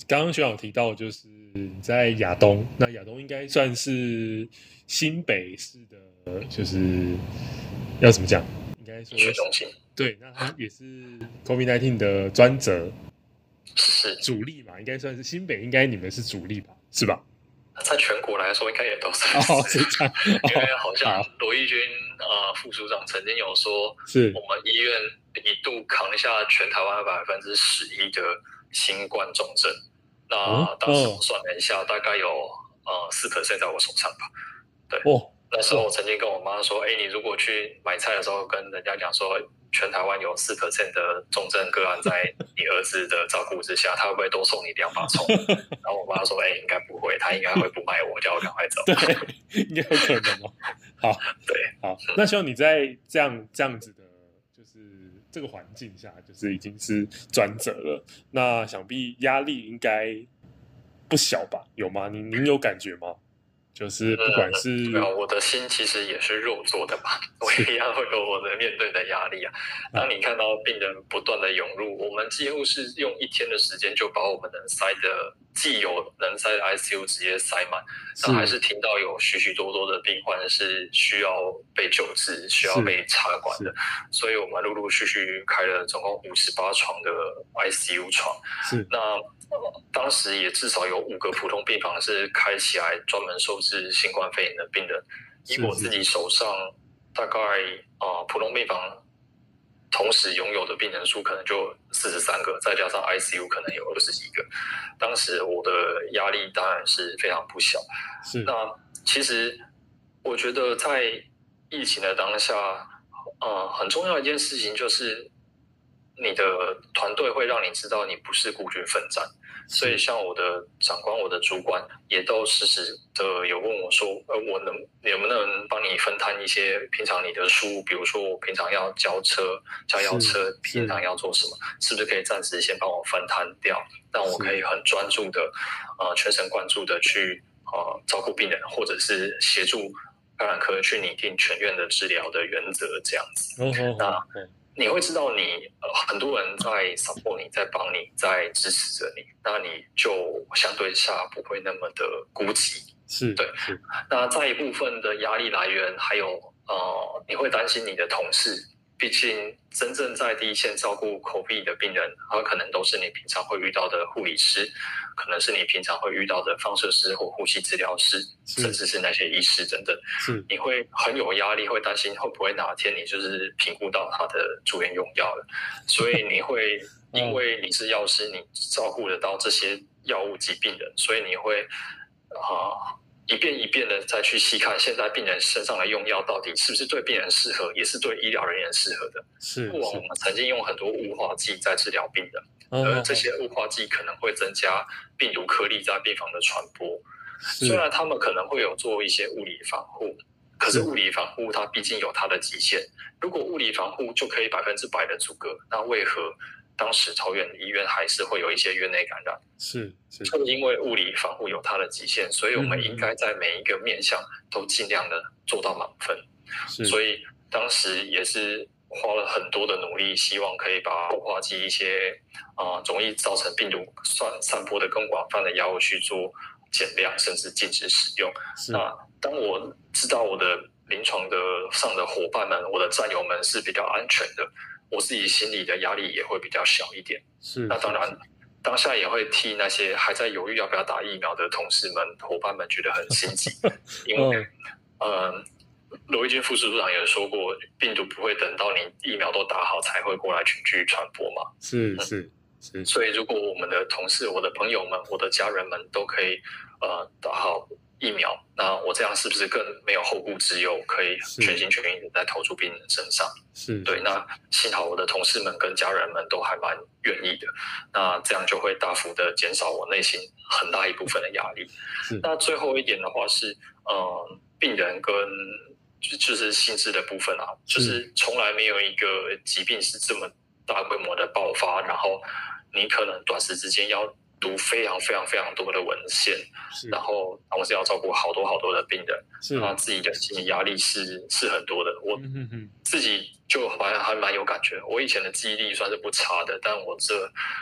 刚刚学长提到，就是你在亚东，那亚东应该算是新北市的，就是要怎么讲？应该说医学中心对，那它也是 COVID-19 的专责是主力嘛，应该算是新北，应该你们是主力吧？是吧？ 在全国来说，应该也都算哦， 是， 是这样， 因为好像好， 罗义军副署长曾经有说， 是我们医院一度扛下全台湾11%的新冠重症。那当时我算了一下，大概有4% 在我手上吧。对，那时候我曾经跟我妈说，哎，你如果去买菜的时候跟人家讲说，全台湾有4% 的重症个案在你儿子的照顾之下，他会不会多送你2把葱？然后我妈说，哎，应该不会，他应该会不卖我，叫我赶快走。 对，应该有可能哦。好， 对， 好，那希望你在这样子的，就是这个环境下，就是已经是专责了，那想必压力应该不小吧？有吗？您有感觉吗？就是不管是对啊，我的心其实也是肉做的嘛，我一样会有我的面对的压力啊。当你看到病人不断的涌入，我们几乎是用1天的时间就把我们能塞的既有能塞的 ICU 直接塞满，但还是听到有许许多多的病患是需要被救治、需要被插管的，所以我们陆陆续续开了总共58床的 ICU 床。 是那当时也至少有5个普通病房是开起来专门收治新冠肺炎的病人。以我自己手上大概普通病房同时拥有的病人数可能就43个，再加上 ICU 可能有20几个。当时我的压力当然是非常不小。那其实我觉得在疫情的当下，很重要的一件事情就是你的团队会让你知道你不是孤军奋战。所以像我的长官、我的主管也都时时的有问我说，我能不能帮你分摊一些平常你的事务，比如说我平常要交药车，平常要做什么，是不是可以暂时先帮我分摊掉，让我可以很专注的全神贯注的去照顾病人，或者是协助感染科去拟定全院的治疗的原则这样子。那你会知道你很多人在 support 你，在帮你，在支持着你，那你就相对下不会那么的孤寂。 是对。那在一部分的压力来源，还有你会担心你的同事，毕竟真正在第一线照顾 COVID 的病人，他可能都是你平常会遇到的护理师，可能是你平常会遇到的放射师或呼吸治疗师，甚至是那些医师等等。你会很有压力，会担心会不会哪天你就是评估到他的住院用药了，所以你会因为你是药师，你照顾得到这些药物及病人，所以你会一遍一遍的再去细看现在病人身上的用药到底是不是对病人适合，也是对医疗人员适合的。过往我们曾经用很多雾化剂在治疗病人，而这些雾化剂可能会增加病毒颗粒在病房的传播。虽然他们可能会有做一些物理防护，可是物理防护它毕竟有它的极限。如果物理防护就可以100%的阻隔，那为何当时桃园医院还是会有一些院内感染？就因为物理防护有它的极限，所以我们应该在每一个面向都尽量的做到满分。所以当时也是花了很多的努力，希望可以把雾化剂一些容易造成病毒散播的更广泛的药物去做减量，甚至禁止使用。那当我知道我的临床的上的伙伴们，我的战友们是比较安全的，我自己心里的压力也会比较小一点。那当然当下也会替那些还在犹豫要不要打疫苗的同事们、伙伴们觉得很心急，因为罗义军副署长也说过，病毒不会等到你疫苗都打好才会过来群聚传播嘛。所以如果我们的同事、我的朋友们、我的家人们都可以打好疫苗，那我这样是不是更没有后顾之忧，可以全心全意的在投注病人身上？对。那幸好我的同事们跟家人们都还蛮愿意的，那这样就会大幅的减少我内心很大一部分的压力。那最后一点的话是病人跟就是心智的部分啊，就是从来没有一个疾病是这么大规模的爆发，然后你可能短时之间要读非常非常非常多的文献，然后同时要照顾好多好多的病人，那自己的心理压力是很多的。我自己就还蛮有感觉，我以前的记忆力算是不差的，但我这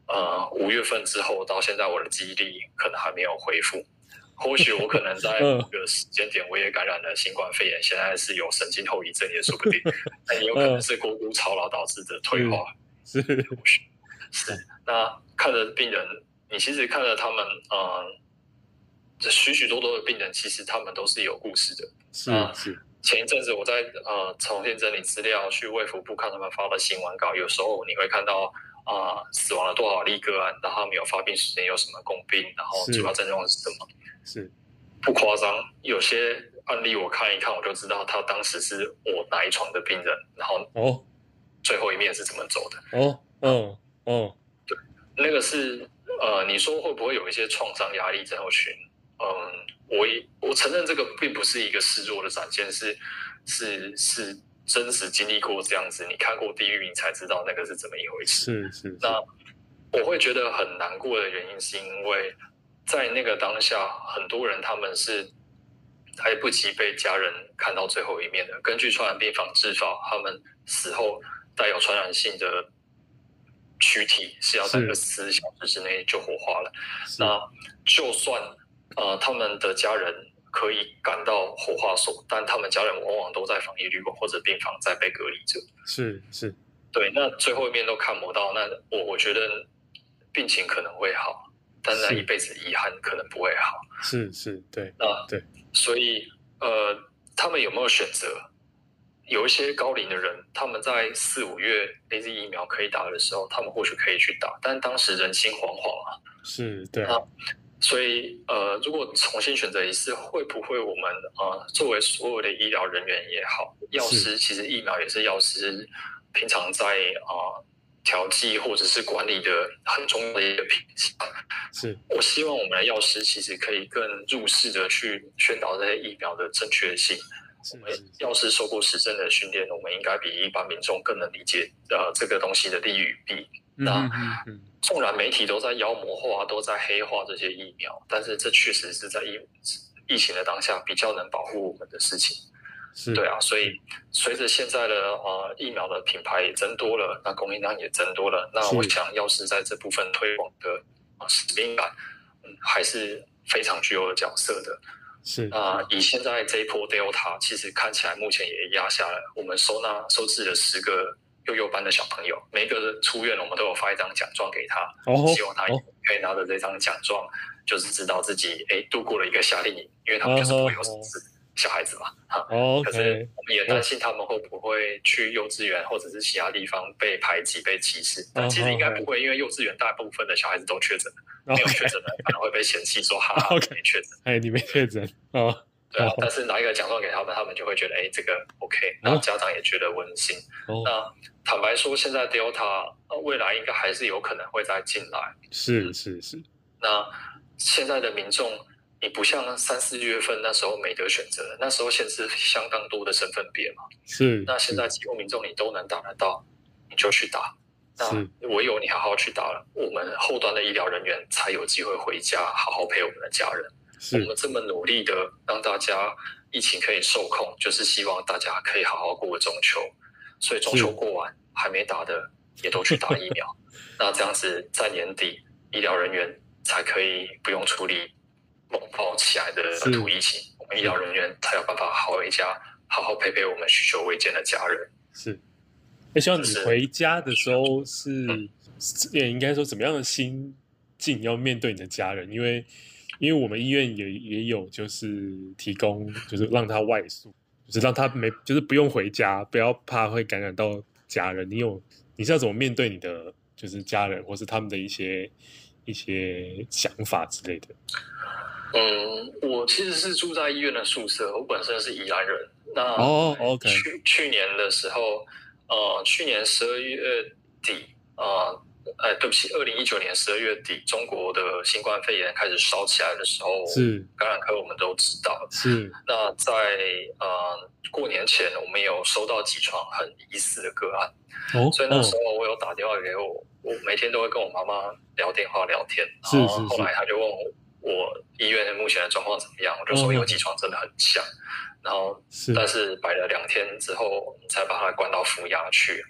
5月份之后到现在，我的记忆力可能还没有恢复。或许我可能在某个时间点我也感染了新冠肺炎，现在是有神经后遗症也说不定，但也有可能是过度操劳导致的退化。 是， 那看着病人，你其实看着他们，许许多多的病人，其实他们都是有故事的。 是。 前一阵子我在重新整理资料，去卫福部看他们发的新闻稿，有时候你会看到死亡了多少例个案，然后他们有发病时间有什么共病，然后主要症状是什么。 是不夸张，有些案例我看一看，我就知道他当时是我哪一床的病人，然后最后一面是怎么走的。对，那个是你说会不会有一些创伤压力症候群？我承认这个并不是一个示弱的展现，是真实经历过这样子，你看过地狱，你才知道那个是怎么一回事。 是。 那我会觉得很难过的原因，是因为在那个当下，很多人他们是来不及被家人看到最后一面的。根据传染病防治法，他们死后带有传染性的躯体是要在24小时之内就火化了。那就算他们的家人可以赶到火化所，但他们家人往往都在防疫旅馆或者病房在被隔离着。 是， 对，那最后一面都看不到，那我觉得病情可能会好，但那一辈子遗憾可能不会好。 是，对。对， 所以他们有没有选择？有一些高龄的人，他们在4、5月 AZ 疫苗可以打的时候，他们或许可以去打，但当时人心惶惶啊。 是，对。 所以如果重新选择一次，会不会我们作为所有的医疗人员也好，药师其实疫苗也是药师平常在调剂或者是管理的很重要的一个品质。 是， 我希望我们的药师其实可以更入世的去宣导这些疫苗的正确性。我们药师受过实证的训练，我们应该比一般民众更能理解这个东西的利与弊。那纵然媒体都在妖魔化、都在黑化这些疫苗，但是这确实是在疫情的当下比较能保护我们的事情。对啊，所以随着现在的疫苗的品牌也增多了，那供应量也增多了，那我想药师在这部分推广的使命感，还是非常具有角色的。以现在这一波 Delta， 其实看起来目前也压下了，我们收治了10个幼幼班的小朋友，每个出院我们都有发一张奖状给他，希望他可以拿着这张奖状，就是知道自己度过了一个夏令营，因为他们就是不会有什么事。小孩子嘛，可是我们也担心他们会不会去幼稚园或者是其他地方被排挤、被歧视。但其实应该不会，因为幼稚园大部分的小孩子都确诊了，没有确诊的可能会被嫌弃说哈哈，没确诊。 你没确诊对啊，但是拿一个奖状给他们，他们就会觉得这个 OK， 那家长也觉得温馨。那坦白说，现在 Delta 未来应该还是有可能会再进来。 是。 那现在的民众。你不像3、4月份那时候没得选择，那时候限制相当多的身份别嘛。那现在几乎民众你都能打得到，你就去打。那唯有你好好去打了，我们后端的医疗人员才有机会回家好好陪我们的家人。我们这么努力的让大家疫情可以受控，就是希望大家可以好好过中秋。所以中秋过完还没打的也都去打疫苗。那这样子在年底医疗人员才可以不用处理猛爆起来的土疫情，我们医疗人员才有办法好好回家，好好陪陪我们许久未见的家人。 希望你回家的时候也应该说怎么样的心境要面对你的家人，因为我们医院也有就是提供就是让他外宿，就是让他就是不用回家，不要怕会感染到家人。你是要怎么面对你的就是家人或是他们的一些想法之类的？ 我其实是住在医院的宿舍，我本身是宜兰人。那 OK。 去年的时候，去年12月底，对不起，2019年12月底，中国的新冠肺炎开始烧起来的时候，感染科我们都知道。那在过年前，我们有收到几床很疑似的个案，所以那时候我有打电话给我每天都会跟我妈妈聊电话聊天。后来他就问我医院目前的状况怎么样，我就说有几床真的很像，然后但是摆了2天之后才把它关到负压去。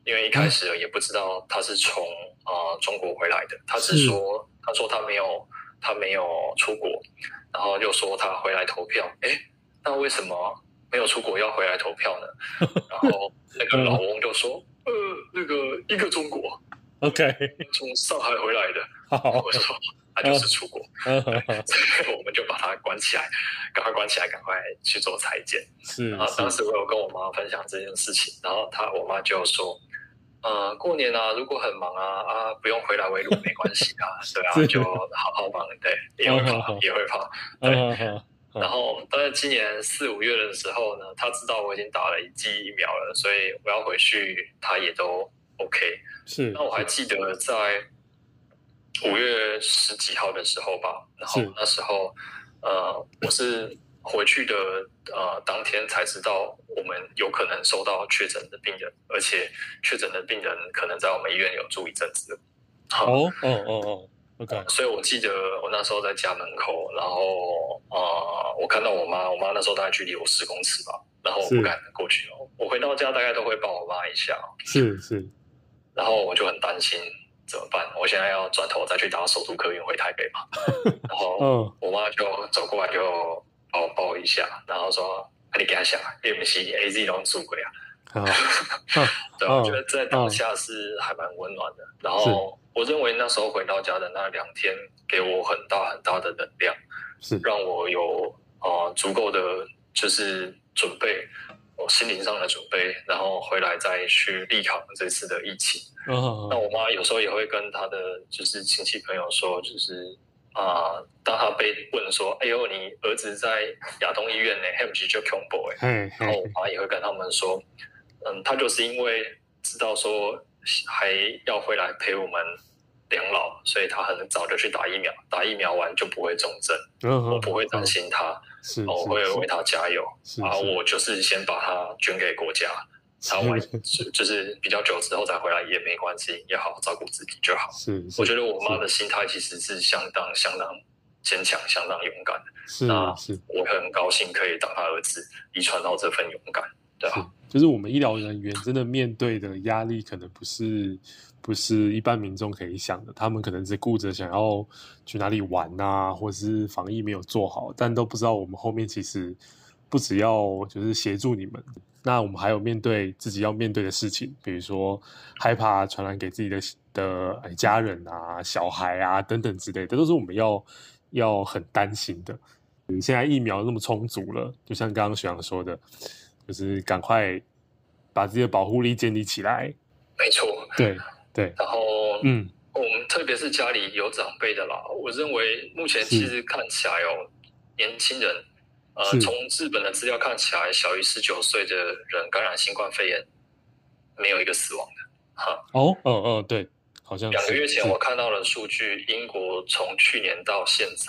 因为一开始也不知道他是从中国回来的，他只说他说他没有出国，然后又说他回来投票。那为什么没有出国要回来投票呢？然后那个老翁就说那个一个中国 OK 从上海回来的。我说他就是出国，所以我们就把他关起来，赶快关起来，赶快去做裁剪。然后当时我有跟我妈分享这件事情，然后我妈就说过年啊，如果很忙不用回来围炉没关系啊，对啊，就好好忙，对，也会怕，对。然后但是今年4、5月的时候呢，他知道我已经打了1剂疫苗了，所以我要回去，他也都 OK。那我还记得在5月10几号的时候吧，然后那时候我是回去的当天才知道我们有可能收到确诊的病人，而且确诊的病人可能在我们医院有住一阵子。 OK， 所以我记得我那时候在家门口，然后我看到我妈那时候大概距离我10公尺吧，然后我不敢过去我回到家大概都会抱我妈一下。 是。 然后我就很担心怎么办？我现在要转头再去搭首都客运回台北嘛？然后我妈就走过来就把我抱一下，然后说：“你给他想，你不是 AZ 拢住过啊？”对，我觉得在当下是还蛮温暖的。然后我认为那时候回到家的那2天，给我很大很大的能量，让我有足够的就是准备，心灵上的准备，然后回来再去力抗这次的疫情。那我妈有时候也会跟她的就是亲戚朋友说，就是当她被问说：“哎呦，你儿子在亚东医院呢，还不是就恐怖哎。”然后我妈也会跟他们说，他就是因为知道说还要回来陪我们两老，所以他很早就去打疫苗，打疫苗完就不会重症。我不会担心他，我会为他加油。我就是先把他捐给国家，他完就是比较久之后再回来也没关系，也好好照顾自己就好。我觉得我妈的心态其实是相当坚强、相当勇敢的。那我很高兴可以当他儿子，遗传到这份勇敢，对吧？ 就是我们医疗人员真的面对的压力，可能不是一般民众可以想的。他们可能是顾着想要去哪里玩啊，或是防疫没有做好，但都不知道我们后面其实不只要就是协助你们，那我们还有面对自己要面对的事情，比如说害怕传染给自己的家人啊、小孩啊等等之类的，都是我们要很担心的。现在疫苗那么充足了，就像刚刚学长说的，就是赶快把自己的保护力建立起来。 没错， 对。 然后我们特别是家里有长辈的啦，我认为目前其实看起来年轻人，从日本的资料看起来，小于19岁的人感染新冠肺炎没有一个死亡的。 对，好像 2个月前我看到了数据，英国从去年到现在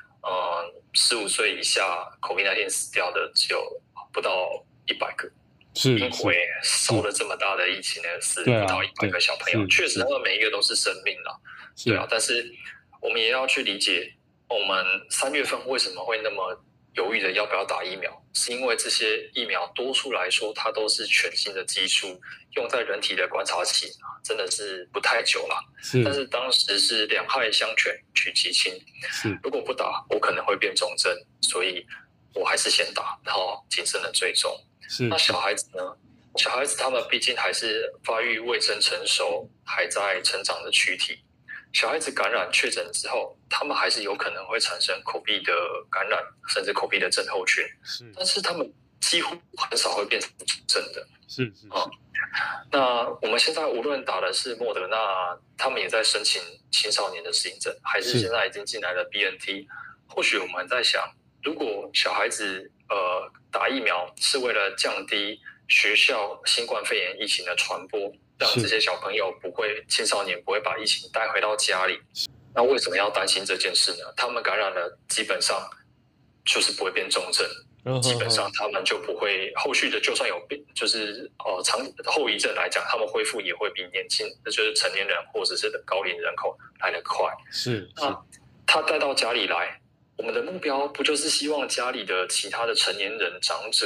，15岁以下 COVID-19 死掉的只有不到100个。英国受了这么大的疫情呢，死不到100个小朋友，确实他们每一个都是生命啦，对啊。但是我们也要去理解，我们3月份为什么会那么犹豫的要不要打疫苗，是因为这些疫苗多数来说，它都是全新的技术，用在人体的观察期真的是不太久了。但是当时是两害相权取其轻，如果不打，我可能会变重症，所以我还是先打，然后谨慎的追踪。那小孩子呢？小孩子他们毕竟还是发育未臻成熟，还在成长的躯体。小孩子感染确诊之后，他们还是有可能会产生口鼻的感染，甚至口鼻的症候群。但是他们几乎很少会变成真的。那我们现在无论打的是莫德纳，他们也在申请青少年的适应症，还是现在已经进来了 BNT。或许我们在想，如果小孩子打疫苗是为了降低学校新冠肺炎疫情的传播，让这些小朋友青少年不会把疫情带回到家里。那为什么要担心这件事呢？他们感染了，基本上就是不会变重症，基本上他们就不会后续的，就算有就是长后遗症来讲，他们恢复也会比年轻，就是成年人或者是高龄人口来得快。那他带到家里来。我们的目标不就是希望家里的其他的成年人长者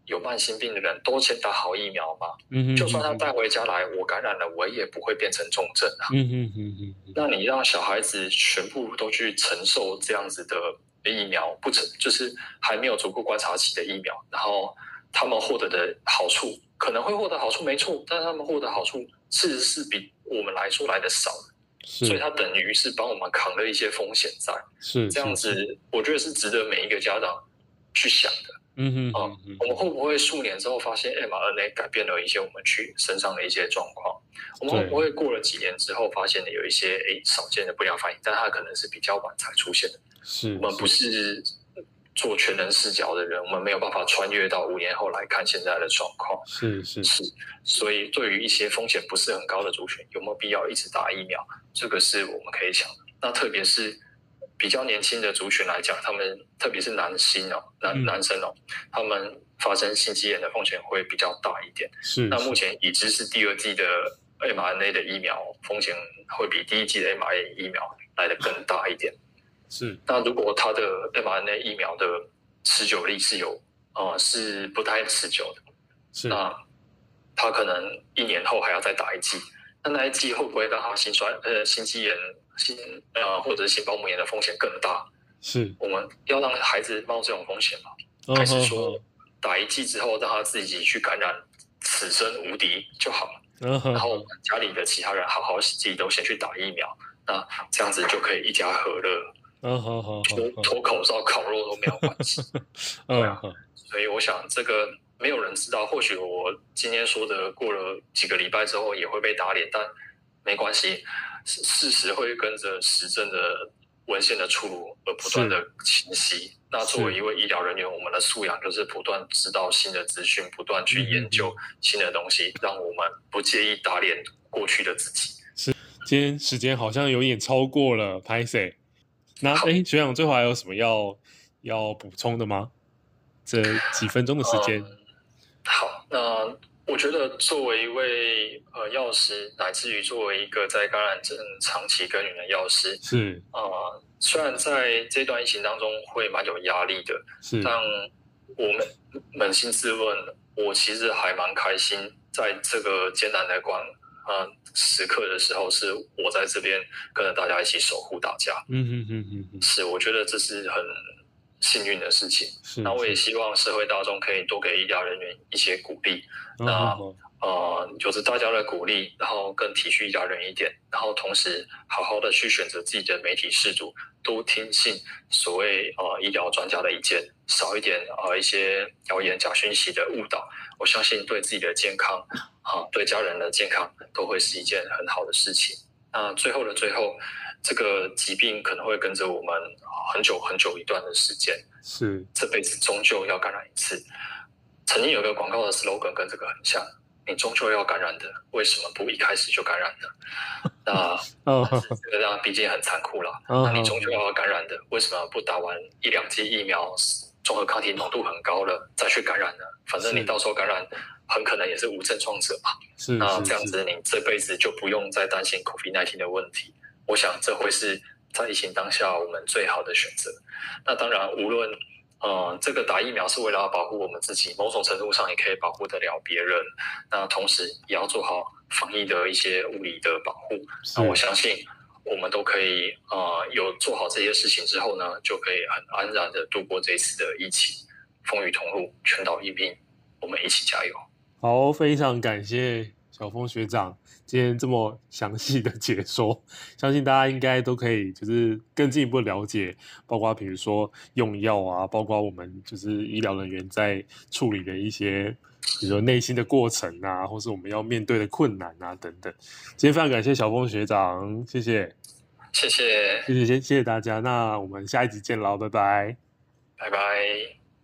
有慢性病的人都先打好疫苗嘛， 嗯， 就算他带回家来，我感染了，我也不会变成重症啊。那你让小孩子全部都去承受这样子的疫苗，就是还没有足够观察期的疫苗，然后他们获得的好处可能会获得好处没错，但是他们获得好处事实是比我们来说来的少的。所以它等于是帮我们扛了一些风险在，这样子，我觉得是值得每一个家长去想的。我们会不会数年之后发现 mRNA 改变了一些我们身上的一些状况？我们会不会过了几年之后发现有一些少见的不良反应，但它可能是比较晚才出现的？我们不是做全能视角的人，我们没有办法穿越到5年后来看现在的状况。 是， 所以对于一些风险不是很高的族群，有没有必要一直打疫苗？这个是我们可以想的。那特别是比较年轻的族群来讲，他们特别是男生他们发生心肌炎的风险会比较大一点。那目前已知是第2剂的 mRNA 的疫苗风险会比第1剂的 mRNA 疫苗来得更大一点。那如果它的 mRNA 疫苗的持久力是不太持久的，那他可能1年后还要再打1剂，那1剂会不会让他心肌炎或者是心包膜炎的风险更大？我们要让孩子冒这种风险吗？还是说打1剂之后让他自己去感染，此生无敌就好了？然后家里的其他人好好自己都先去打疫苗，那这样子就可以一家和乐。脱口罩烤肉都没有关系。所以我想这个没有人知道，或许我今天说的过了几个礼拜之后也会被打脸，但没关系，事实会跟着时政的文献的出炉而不断的清晰。那作为一位医疗人员，我们的素养就是不断知道新的资讯，不断去研究新的东西，让我们不介意打脸过去的自己。 今天时间好像有点超过了，拍谁？那学长最后还有什么要补充的吗？这几分钟的时间。 好，那我觉得作为一位药师，乃至于作为一个在感染症长期耕耘的药师，虽然在这段疫情当中会蛮有压力的，但我们扪心自问，我其实还蛮开心，在这个艰难的时刻的时候，是我在这边跟着大家一起守护大家。是，我觉得这是很幸运的事情。那我也希望社会大众可以多给医疗人员一些鼓励。那有着大家的鼓励，然后更体恤医疗人一点，然后同时好好的去选择自己的媒体识读，多听信所谓医疗专家的意见，少一点一些谣言假讯息的误导。我相信对自己的健康对家人的健康都会是一件很好的事情。那最后的最后，这个疾病可能会跟着我们很久很久一段的时间，这辈子终究要感染一次。曾经有个广告的 slogan 跟这个很像，你终究要感染的，为什么不一开始就感染呢？那这个毕竟很残酷了。那你终究要感染的，为什么不打完1-2剂疫苗，综合抗体浓度很高了再去感染呢？反正你到时候感染很可能也是无症状者嘛。那这样子你这辈子就不用再担心 COVID-19 的问题。我想这会是在疫情当下我们最好的选择。那当然无论这个打疫苗是为了要保护我们自己，某种程度上也可以保护得了别人。那同时也要做好防疫的一些物理的保护。那我相信我们都可以有做好这些事情之后呢，就可以很安然的度过这一次的疫情，风雨同路，全岛疫病，我们一起加油。 好，非常感谢小峰学长今天这么详细的解说，相信大家应该都可以就是更进一步了解，包括比如说用药啊，包括我们就是医疗人员在处理的一些比如说内心的过程啊，或是我们要面对的困难啊等等。今天非常感谢小峰学长，谢谢大家， 那我们下一集见喽，拜拜。 拜拜。